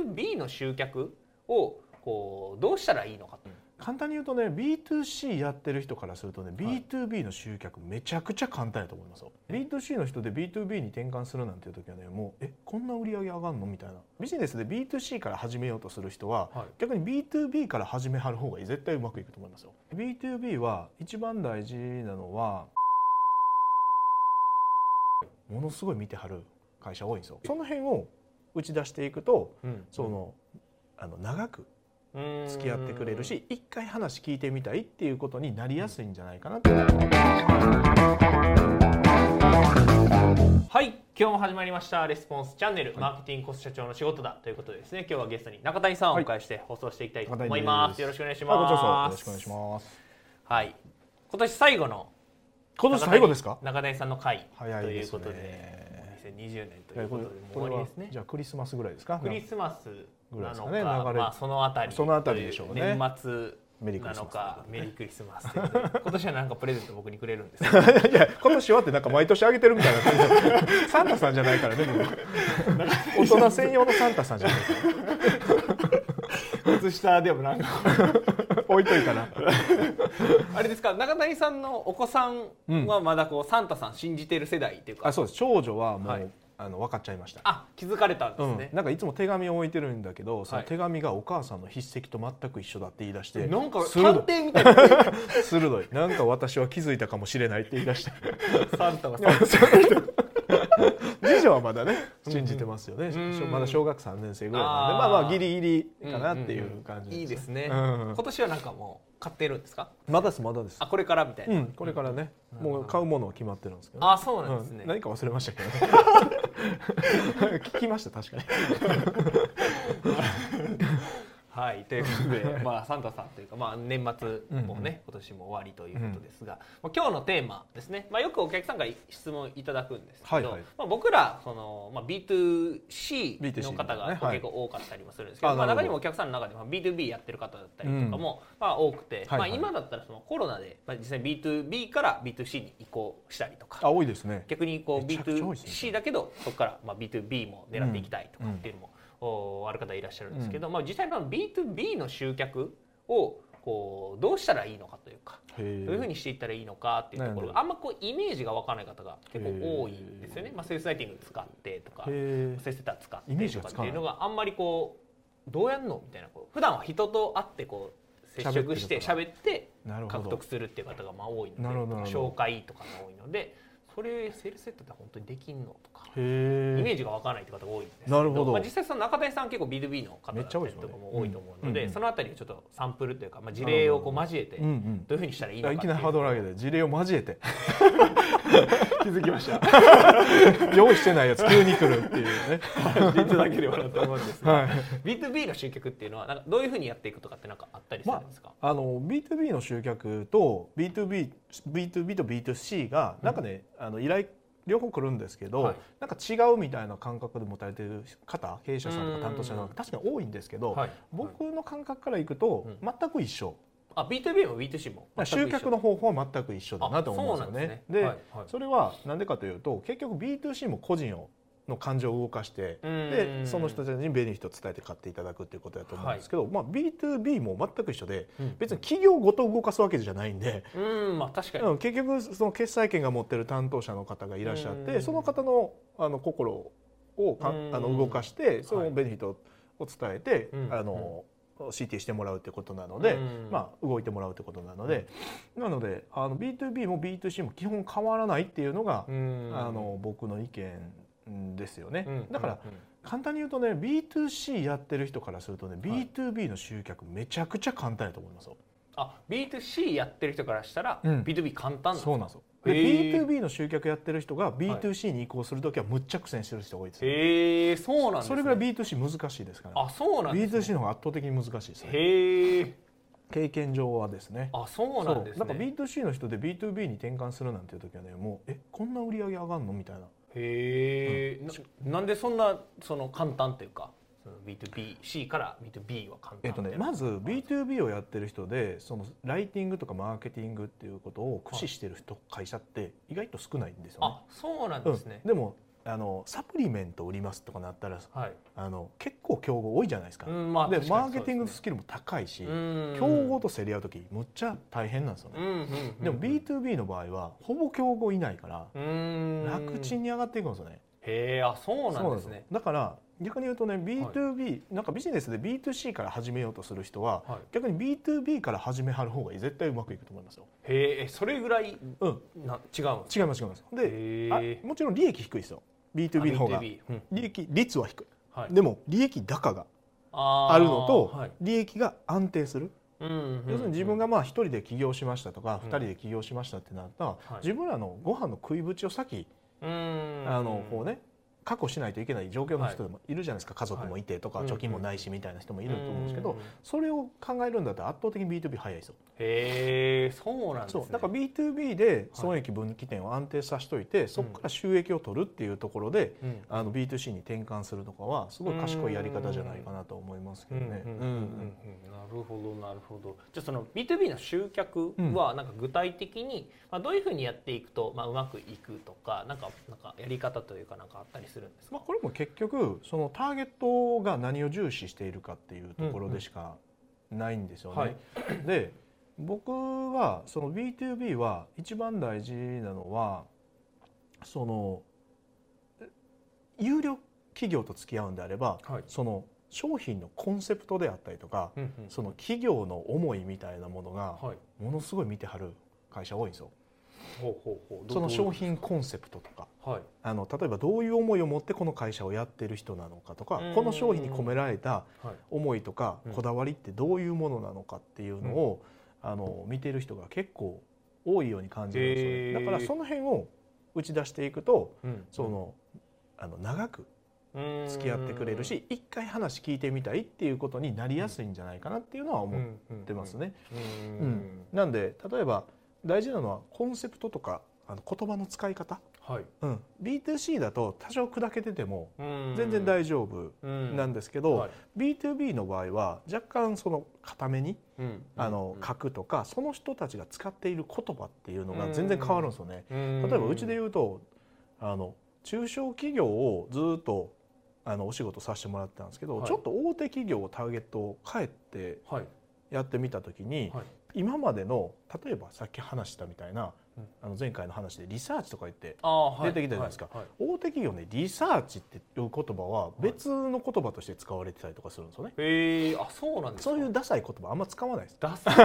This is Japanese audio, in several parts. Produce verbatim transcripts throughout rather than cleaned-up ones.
ゥービー の集客をこうどうしたらいいのかと。 簡単に言うとね ビーツーシー やってる人からするとね ビーツービー の集客めちゃくちゃ簡単やと思いますよ。 ビーツーシー の人で ビーツービー に転換するなんていう時はねもうえこんな売り上げ上がるのみたいな。ビジネスで ビーツーシー から始めようとする人は、はい、逆に ビーツービー から始めはる方が絶対うまくいくと思いますよ。 ビーツービー は一番大事なのはものすごい見てはる会社多いんですよ。その辺を打ち出していくと、うん、そのあの長く付き合ってくれるし一回話聞いてみたいっていうことになりやすいんじゃないかなと。 はい、今日も始まりましたレスポンスチャンネル、はい、マーケティングコスト社長の仕事だということでですね、今日はゲストに中谷さんをお迎えして放送していきたいと思います。はい、よろしくお願いします。 よろしくお願いします。 はい、今年最後の今年最後ですか？ 中谷さんの回と早いですね。 いうことでにせんにじゅうねんということでもう終わりですね。 じゃあクリスマスぐらいですか？ クリスマスぐらいなのですかね、 か、まあ、そのあたりそのあたりでしょうね。 年末なのかメリークリスマスで今年はなんかプレゼント僕にくれるんですか？いや今年はってなんか毎年あげてるみたいな感じサンタさんじゃないからね大人専用のサンタさんじゃないから靴下でもなんか置いといたなあれですか、中谷さんのお子さんはまだこうサンタさん信じてる世代っていうか、 うん、あそうです。長女はもう、はい、あの分かっちゃいました。 あ、気づかれたんですね。 うん、なんかいつも手紙を置いてるんだけど、その手紙がお母さんの筆跡と全く一緒だって言い出して、 なんか探偵みたいな鋭い。なんか私は気づいたかもしれないって言い出してサンタがサンタ次女はまだね信じてますよね。うんうん、まだ小学さんねん生ぐらいなんで、まあまあギリギリかなっていう感じです。 いいですね。うん、今年はなんかもう買ってるんですか？ まだですまだです。 あ、これからみたいな。 うん、これからね、うん、もう買うものは決まってるんですけど、 ね。あ、そうなんですね。 うん、何か忘れましたけど聞きました確かにはい、ということで、まあ、サンタさんというか、まあ、年末もね、うんうん、今年も終わりということですが、うん、今日のテーマですね、まあ、よくお客さんから質問いただくんですけど、はいはい、まあ、僕らその、まあ、ビーツーシー の方が結構多かったりもするんですけど、はい、まあ、中にもお客さんの中でも ビーツービー やってる方だったりとかも、うん、まあ、多くて、はいはい、まあ、今だったらそのコロナで、まあ、実際 ビーツービー から ビーツーシー に移行したりとか、 あ、多いですね。 逆にこう ビーツーシー だけどそこからまあ ビーツービー も狙っていきたいとかっていうのも、うんうんある方いらっしゃるんですけど、うん、まあ、実際 ビーツービー の集客をこうどうしたらいいのかというかどういうふうにしていったらいいのかっていうところがあんまこうイメージが分からない方が結構多いんですよね。まあ、セールスライティング使ってとかセールスセター使ってとかっていうのがあんまりこうどうやんのみたいな、こう普段は人と会ってこう接触して喋って獲得するっていう方がまあ多いので、紹介とかが多いので、それセールスセットって本当にできんのとかイメージがわからないって方が多いんですけど、なるほど、まあ、実際その中谷さん結構 ビーツービー の方だったりとかも多いと思うので、そのあたりちょっとサンプルというか、まあ、事例をこう交えてどういうふうにしたらいいのかっていう、いきなりハードル上げて事例を交えて気づきました用意してないやつ急に来るっていうねいただければなと思うんですが、はい、ビーツービー の集客っていうのはなんかどういうふうにやっていくとかってなんかあったりするんですか？ まあ、あの ビーツービー の集客と ビーツービー、ビーツービー と ビーツーシー がなんかね、うん、あの依頼両方来るんですけど、はい、なんか違うみたいな感覚で持たれている方、経営者さんとか担当者さんが確かに多いんですけど、はい、僕の感覚からいくと全く一緒。 あ、ビーツービー も ビーツーシー も集客の方法は全く一緒だなと思うんですよね。で、はいはい、それはなんでかというと結局 ビーツーシー も個人をの感情を動かしてでその人たちにベネフィットを伝えて買っていただくっていうことだと思うんですけど、はい、まあ、ビーツービー も全く一緒で、うん、別に企業ごと動かすわけじゃないんで、 うん、まあ、確かに結局その決済権が持ってる担当者の方がいらっしゃってその方のあの心をかあの動かしてそのベネフィットを伝えて、はい、あのシーティー してもらうってことなので、まあ、動いてもらうってことなので、なのであの ビーツービー も ビーツーシー も基本変わらないっていうのがあの僕の意見ですよね。うん、だから、うん、簡単に言うとね ビーツーシー やってる人からするとね ビーツービー の集客めちゃくちゃ簡単やと思いますよ。 あ、ビーツーシー やってる人からしたら、うん、ビーツービー 簡単なんですか？ そうなんですよ。で ビーツービー の集客やってる人が ビーツーシー に移行するときはむっちゃ苦戦してる人が多いです、ね。 へえ、そうなんですね。 それぐらい ビーツーシー 難しいですから、ね。 あ、そうなんですね。 ビーツーシー の方が圧倒的に難しいですね。 へえ。 経験上はですね。 あ、そうなんですね。 なんか ビーツーシー の人で ビーツービー に転換するなんていう時はね、もうえこんな売り上げ上がるのみたいな。 へえ、うん、な, なんでそんなその簡単っていうか、ビーツービーシー から ビーツービー は簡単。 えっとね、まず ビーツービー をやってる人でそのライティングとかマーケティングっていうことを駆使してる人、はい、会社って意外と少ないんですよね。 あ、そうなんですね。 うん、でもあのサプリメント売りますとかなったら、 はい、 あの結構競合多いじゃないですか、 うんまあ、 で確かにマーケティングスキルも高いし、 そうですね、 競合と競り合う時むっちゃ大変なんですよね、 うんうんうんうん、 でも ビーツービー の場合はほぼ競合いないからうん楽ちんに上がっていくんですよね。 へえ、あ、そうなんですね。 だから逆に言うとね ビーツービー、はい、なんかビジネスで ビーツーシー から始めようとする人は、はい、逆に ビーツービー から始めはる方が絶対うまくいくと思いますよ。 へえ、それぐらい、 うん、 な違うんですか？ 違います違います。で、あ、もちろん利益低いですよ ビーツービー の方が、うん、利益率は低い、はい、でも利益高があるのと、はい、利益が安定する、うんうんうん、要するに自分がまあ一人で起業しましたとか、うん、二人で起業しましたってなったら、はい、自分らのご飯の食いぶちを先、うん、あのこうね確保しないといけない状況の人でもいるじゃないですか、はい、家族もいてとか、はい、貯金もないしみたいな人もいると思うんですけど、うんうん、それを考えるんだったら圧倒的に ビーツービー 早いですよ。 へえ、そうなんですね。 そうだから ビーツービー で損益分岐点を安定させといて、はい、そこから収益を取るっていうところで、うん、あの ビーツーシー に転換するとかはすごい賢いやり方じゃないかなと思いますけどね。なるほどなるほど。じゃあその ビーツービー の集客はなんか具体的に、まあ、どういうふうにやっていくと、まあ、うまくいくとかなんかなんかやり方というかなんかあったりするんですか？ まあ、これも結局そのターゲットが何を重視しているかっていうところでしかないんですよね。はい、で僕はその ビーツービー は一番大事なのはその有料企業と付き合うんであれば、はい、その商品のコンセプトであったりとか、うんうん、その企業の思いみたいなものがものすごい見てはる会社多いんですよ。ほうほうほう、その商品コンセプトとか、はい、あの例えばどういう思いを持ってこの会社をやってる人なのかとか、この商品に込められた思いとかこだわりってどういうものなのかっていうのを、うん、あの見てる人が結構多いように感じるんですよね。だからその辺を打ち出していくと、うん、そのあの長く付き合ってくれるし、一回話聞いてみたいっていうことになりやすいんじゃないかなっていうのは思ってますね。なんで例えば大事なのはコンセプトとかあの言葉の使い方、はい、うん、ビーツーシー だと多少砕けてても全然大丈夫なんですけど、はい、ビーツービー の場合は若干その固めに、うん、あの書くとか、その人たちが使っている言葉っていうのが全然変わるんですよね。例えばうちで言うとあの中小企業をずっとあのお仕事させてもらってたんですけど、はい、ちょっと大手企業をターゲットを変えてやってみた時に、はい、今までの例えばさっき話したみたいな、うん、あの前回の話でリサーチとか言って出てきたじゃないですか、はいはいはい、大手企業ねリサーチっていう言葉は別の言葉として使われてたりとかするんですよね。 へえ、あ、そうなんですか。 そういうダサい言葉あんま使わないです。ダサい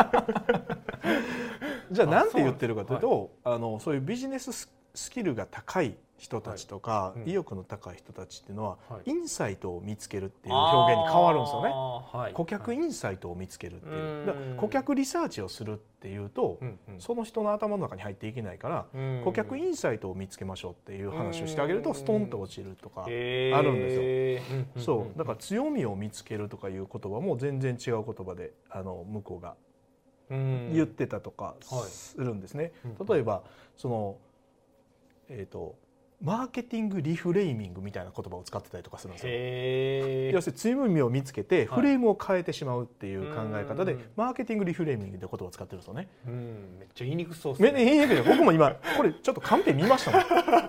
じゃあなんて言ってるかというと、はい、あのそういうビジネススキルが高い人たちとか、はい、うん、意欲の高い人たちっていうのは、はい、インサイトを見つけるっていう表現に変わるんですよね。はい、顧客インサイトを見つけるっていう、だから顧客リサーチをするっていうと、うんうん、その人の頭の中に入っていけないから、顧客インサイトを見つけましょうっていう話をしてあげるとストンと落ちるとかあるんですよ。そうだから強みを見つけるとかいう言葉も全然違う言葉であの向こうが言ってたとかするんですね。例えばそのえーと、マーケティングリフレーミングみたいな言葉を使ってたりとかするんですよ。へー。要するに強みを見つけてフレームを変えてしまうっていう考え方で、はい、マーケティングリフレーミングで言葉を使ってるんですよね。 うん、めっちゃ言いにくそうですね。 言いにくい。僕も今これちょっとカンペ見ましたもん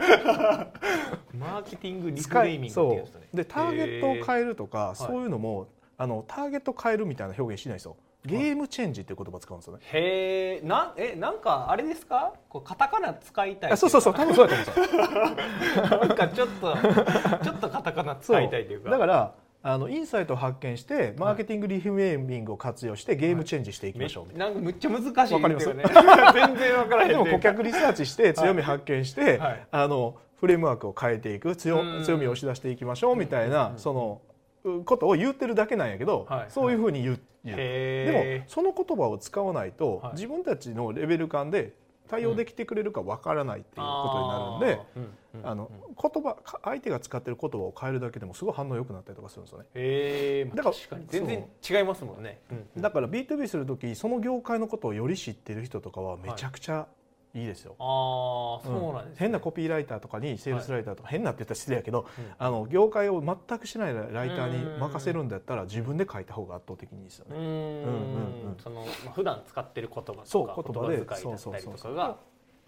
マーケティングリフレーミングってやつね。 でターゲットを変えるとかそういうのも、はい、あのターゲットを変えるみたいな表現しないですよ。ゲームチェンジっていう言葉を使うんですよね。 へえ、なえなんかあれですか？こうカタカナ使いたい。 そうそうそう、多分そうだと思うんですよ。 なんかちょっとちょっとカタカナ使いたいというか。 だからあのインサイトを発見してマーケティングリフレーミングを活用してゲームチェンジしていきましょうみたいな。 なんかむっちゃ難しい。わかりますよね。全然わからない。 でも顧客リサーチして強み発見して、はい、あのフレームワークを変えていく、強強みを押し出していきましょうみたいなそのことを言ってるだけなんやけど、はい、そういうふうに言う。でもその言葉を使わないと、はい、自分たちのレベル感で対応できてくれるかわからないっていうことになるんで、うん、あの言葉相手が使ってる言葉を変えるだけでもすごい反応良くなったりとかするんですよね。 へー、だから確かに全然違いますもんね。 うん、だから ビーツービー するときその業界のことをより知ってる人とかはめちゃくちゃいいですよ。 ああ、そうなんですね。 変なコピーライターとかにセールスライターとか、はい、変なって言ったら失礼やけど、うん、あの業界を全くしないライターに任せるんだったら自分で書いた方が圧倒的にいいですよね。うんうんうん、 その、まあ、普段使ってる言葉とかそう言葉で言葉遣いだったりとかが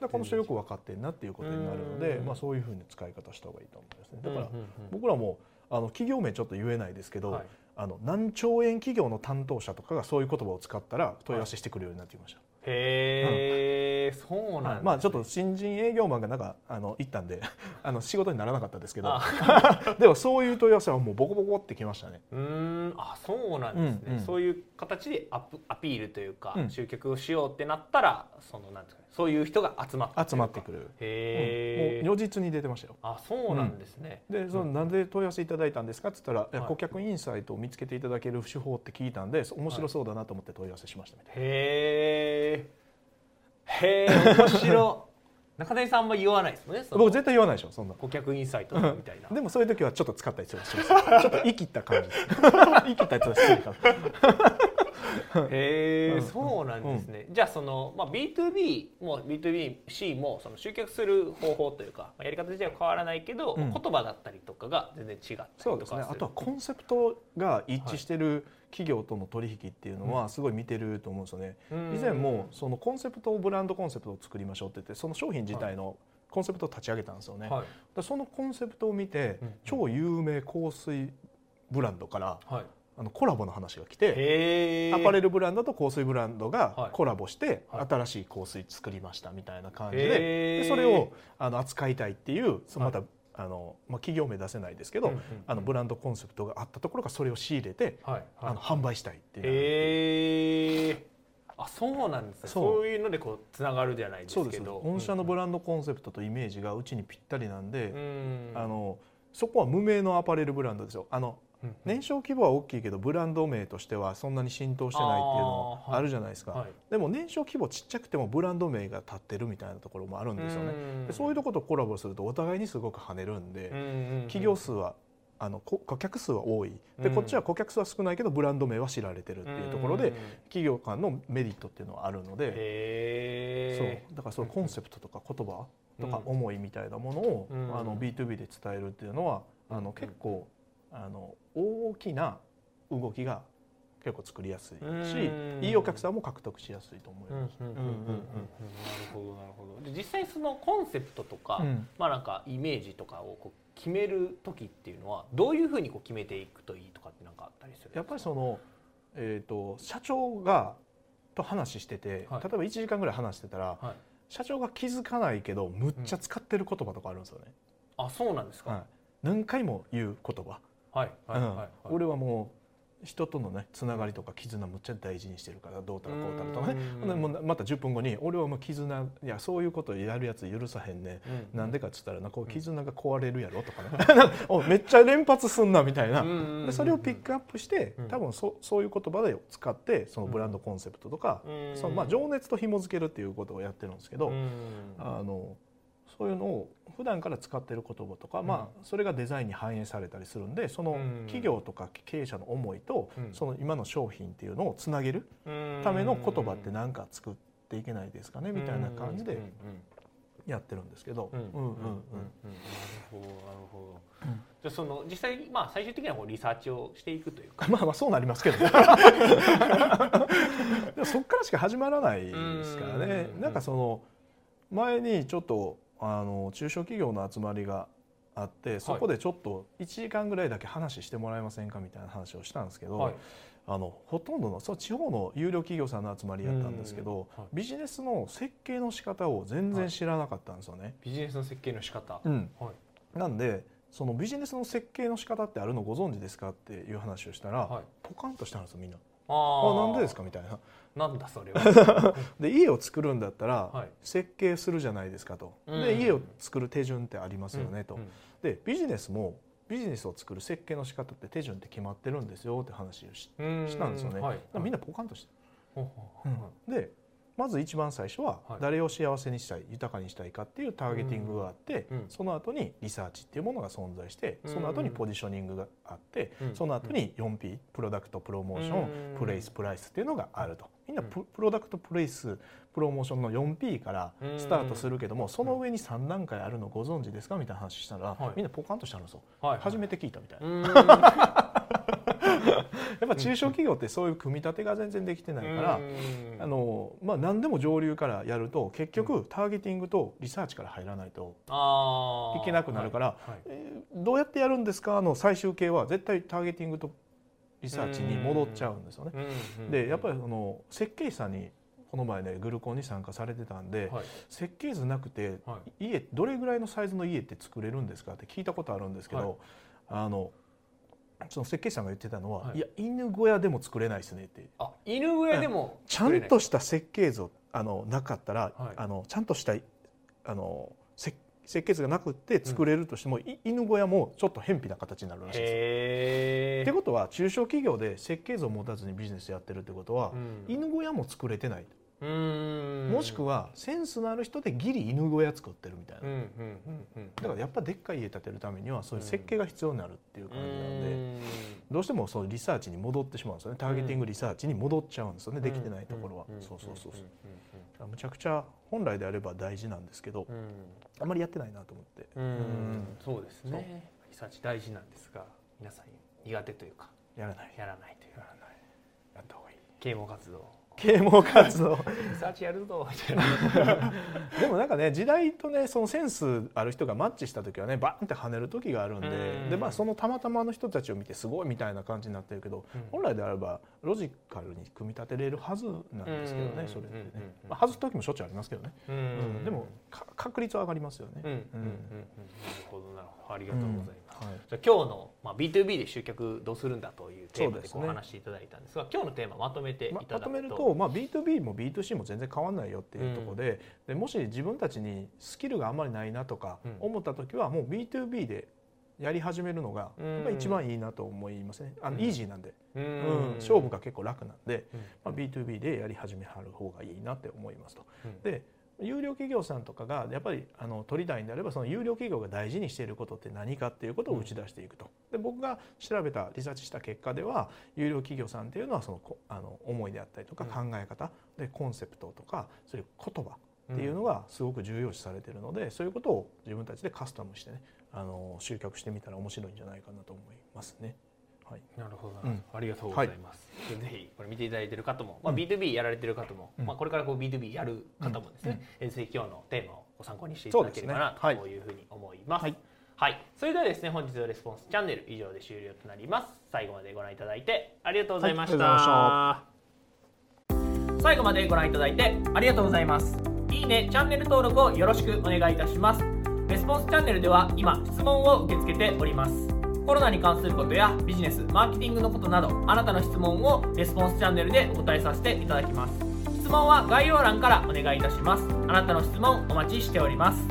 だこの人よく分かってんなっていうことになるので、まあ、そういうふうに使い方した方がいいと思いますね。だから僕らもあの企業名ちょっと言えないですけど、はい、あの何兆円企業の担当者とかがそういう言葉を使ったら問い合わせしてくるようになってきました。 へえ、うん、そうなんですね。 まあちょっと新人営業マンがなんかあの行ったんであの仕事にならなかったですけどでもそういう問い合わせはもうボコボコってきましたね。 うーん、あ、そうなんですね、うんうん、そういう形でアプアピールというか、うん、集客をしようってなったらそのなんですかね、そういう人が集まって集まってくる。 へえ、 うん、もう如実に出てましたよ。 あ、そうなんですね。 うん、でそのなんで問い合わせいただいたんですかって言ったら、はい、顧客インサイトを見つけていただける手法って聞いたんで面白そうだなと思って問い合わせしましたみたいな。 へえ、へえ、面白い。中谷さんあんま言わないですもんね。 僕絶対言わないでしょ、そんな顧客インサイトみたいな。 でもそういう時はちょっと使ったりします。ちょっと生きった感じです生きったやつは失礼かな。 へえ、そうなんですね。うん、じゃあその、まあ、ビーツービー も ビーツービーシー もその集客する方法というかやり方自体は変わらないけど、うん、言葉だったりとかが全然違ったりとかする。 そうですね。あとはコンセプトが一致してる企業との取引っていうのはすごい見てると思うんですよね。うん、以前もそのコンセプトをブランドコンセプトを作りましょうって言ってその商品自体のコンセプトを立ち上げたんですよね。はい、だそのコンセプトを見て、うん、超有名香水ブランドから、はい、あのコラボの話が来て、アパレルブランドと香水ブランドがコラボして新しい香水作りましたみたいな感じ で, でそれをあの扱いたいっていうそのまた、はい、あのまあ、企業名出せないですけど、うんうんうん、あのブランドコンセプトがあったところがそれを仕入れて、はいはい、あの販売したいっていう。 へー、あ、そうなんですね。そういうのでこうつながるじゃないですけど、 御社のブランドコンセプトとイメージがうちにぴったりなんで、うん、あのそこは無名のアパレルブランドですよ。あの年商規模は大きいけどブランド名としてはそんなに浸透してないっていうのもあるじゃないですか、はいはい、でも年商規模ちっちゃくてもブランド名が立ってるみたいなところもあるんですよね。でそういうところとコラボするとお互いにすごく跳ねるんで、企業数はあの顧客数は多いで、こっちは顧客数は少ないけどブランド名は知られてるっていうところで企業間のメリットっていうのはあるので、そうだからそのコンセプトとか言葉とか思いみたいなものをあの ビーツービー で伝えるっていうのはあの結構あの大きな動きが結構作りやすいし、いいお客さんも獲得しやすいと思います。なるほどなるほど。で実際そのコンセプトとか、うん、まあなんかイメージとかをこう決める時っていうのはどういうふうにこう決めていくといいとかってなんかあったりするんですか？ やっぱりその、えーと、社長がと話してて、はい、例えばいちじかんぐらい話してたら、はい、社長が気づかないけどむっちゃ使ってる言葉とかあるんですよね。 うん、あ、そうなんですか。はい、 何回も言う言葉。はいはいはいはい、俺はもう人とのねつながりとか絆むっちゃ大事にしてるからどうたらこうたらとかね、もうまたじゅっぷんごに俺はもう絆、いやそういうことをやるやつ許さへんね、うん、なんでかっつったらな、こう絆が壊れるやろとかねおめっちゃ連発すんなみたいな、でそれをピックアップして多分 そ, そういう言葉で使ってそのブランドコンセプトとか、そのまあ情熱と紐付けるっていうことをやってるんですけど、あのそういうのを普段から使っている言葉とか、うん、まあそれがデザインに反映されたりするんで、その企業とか経営者の思いとその今の商品っていうのをつなげるための言葉って何か作っていけないですかねみたいな感じでやってるんですけど。なるほどなるほど。じゃあその実際まあ最終的にはこうリサーチをしていくというか、 まあまあそうなりますけどね。でもそっからしか始まらないですからね。なんかその前にちょっとあの中小企業の集まりがあって、そこでちょっといちじかんぐらいだけ話してもらえませんかみたいな話をしたんですけど、はい、あのほとんどのそう地方の有料企業さんの集まりやったんですけど、はい、ビジネスの設計の仕方を全然知らなかったんですよね。はい、 ビジネスの設計の仕方、 うんはい、なんでそのビジネスの設計の仕方ってあるのご存知ですかっていう話をしたら、はい、ポカンとしたんですよみんな。ああなんでですかみたいな。 なんだそれは。 で家を作るんだったら設計するじゃないですかと。で家を作る手順ってありますよねと。でビジネスもビジネスを作る設計の仕方って手順って決まってるんですよって話を し, したんですよね。はい、みんなポカンとしてる。うん、でまず一番最初は誰を幸せにしたい豊かにしたいかっていうターゲティングがあって、その後にリサーチっていうものが存在して、その後にポジショニングがあって、その後に よんピー プロダクトプロモーションプレイスプライスっていうのがあると。みんな プ, プロダクトプレイスプロモーションの よんピー からスタートするけども、その上にさん段階あるのご存知ですかみたいな話したら、みんなポカンとしたんですよ。初めて聞いたみたいな。やっぱぱ中小企業ってそういう組み立てが全然できてないから、あの、まあ、何でも上流からやると結局ターゲティングとリサーチから入らないといけなくなるから、はいはい、えー、どうやってやるんですかの最終形は絶対ターゲティングとリサーチに戻っちゃうんですよね。でやっぱりその設計士さんにこの前ねグルコンに参加されてたんで、はい、設計図なくて、はい、家どれぐらいのサイズの家って作れるんですかって聞いたことあるんですけど、はい、あのその設計士さんが言ってたのは、はい、いや犬小屋でも作れないですねって。 あ、犬小屋でもちゃんとした設計図あのなかったら、はい、あのちゃんとしたあの設設計図がなくて作れるとしても、うん、犬小屋もちょっと偏僻な形になるらしいです。へー。ってことは中小企業で設計図を持たずにビジネスやってるってことは、うん、犬小屋も作れてない。うーん、もしくはセンスのある人でギリ犬小屋作ってるみたいな、うんうんうんうん、だからやっぱでっかい家建てるためにはそういう設計が必要になるっていう感じなんで、うん、どうしてもそうリサーチに戻ってしまうんですよね。ターゲティングリサーチに戻っちゃうんですよね、できてないところは。そうそうそうそう。むちゃくちゃ本来であれば大事なんですけど、うん、あんまりやってないなと思って。 うん、うん、そうですね。リサーチ大事なんですが、皆さん苦手というかやらないやらないというやらない、やった方がいい。 啓蒙活動啓蒙活動リサーチやるぞみたいなでもなんかね時代とねそのセンスある人がマッチした時はねバンって跳ねる時があるんで、うん、でまあそのたまたまの人たちを見てすごいみたいな感じになってるけど、うん、本来であればロジカルに組み立てれるはずなんですけどね、それってね、まあ、外す時もしょっちゅうありますけどね、うんうん、でも確率は上がりますよね。なるほどなるほど、ありがとうございます。うん、はい、じゃあ今日の、まあ、ビーツービー で集客どうするんだというテーマでお話していただいたんですが、今日のテーマまとめていただくと、ま、まとめると、まあ、ビーツービー も ビーツーシー も全然変わんないよっていうところで、うん、でもし自分たちにスキルがあんまりないなとか思った時はもう ビーツービー でやり始めるのがやっぱり一番いいなと思いますね。あのイージーなんで、うんうん、勝負が結構楽なんで、まあ、ビーツービー でやり始めはる方がいいなって思いますと。で有料企業さんとかがやっぱりあの取りたいんであればその有料企業が大事にしていることって何かっていうことを打ち出していくと。で僕が調べたリサーチした結果では有料企業さんっていうのはそのあの思いであったりとか考え方でコンセプトとかそういう言葉っていうのがすごく重要視されているので、そういうことを自分たちでカスタムしてねあの集客してみたら面白いんじゃないかなと思いますね。はい、 なるほど、うん、ありがとうございます。はい、ぜひこれ見ていただいている方も、まあ、ビーツービー やられている方も、うん、まあ、これからこう ビーツービー やる方もですね、うん、ぜひ今日のテーマをご参考にしていただければなというふうに思います。はい、はい、それではですね本日のレスポンスチャンネル以上で終了となります。最後までご覧いただいてありがとうございました。はい、最後までご覧いただいてありがとうございます。いいね、チャンネル登録をよろしくお願いいたします。レスポンスチャンネルでは今質問を受け付けております。コロナに関することやビジネス、マーケティングのことなどあなたの質問をレスポンスチャンネルでお答えさせていただきます。質問は概要欄からお願いいたします。あなたの質問お待ちしております。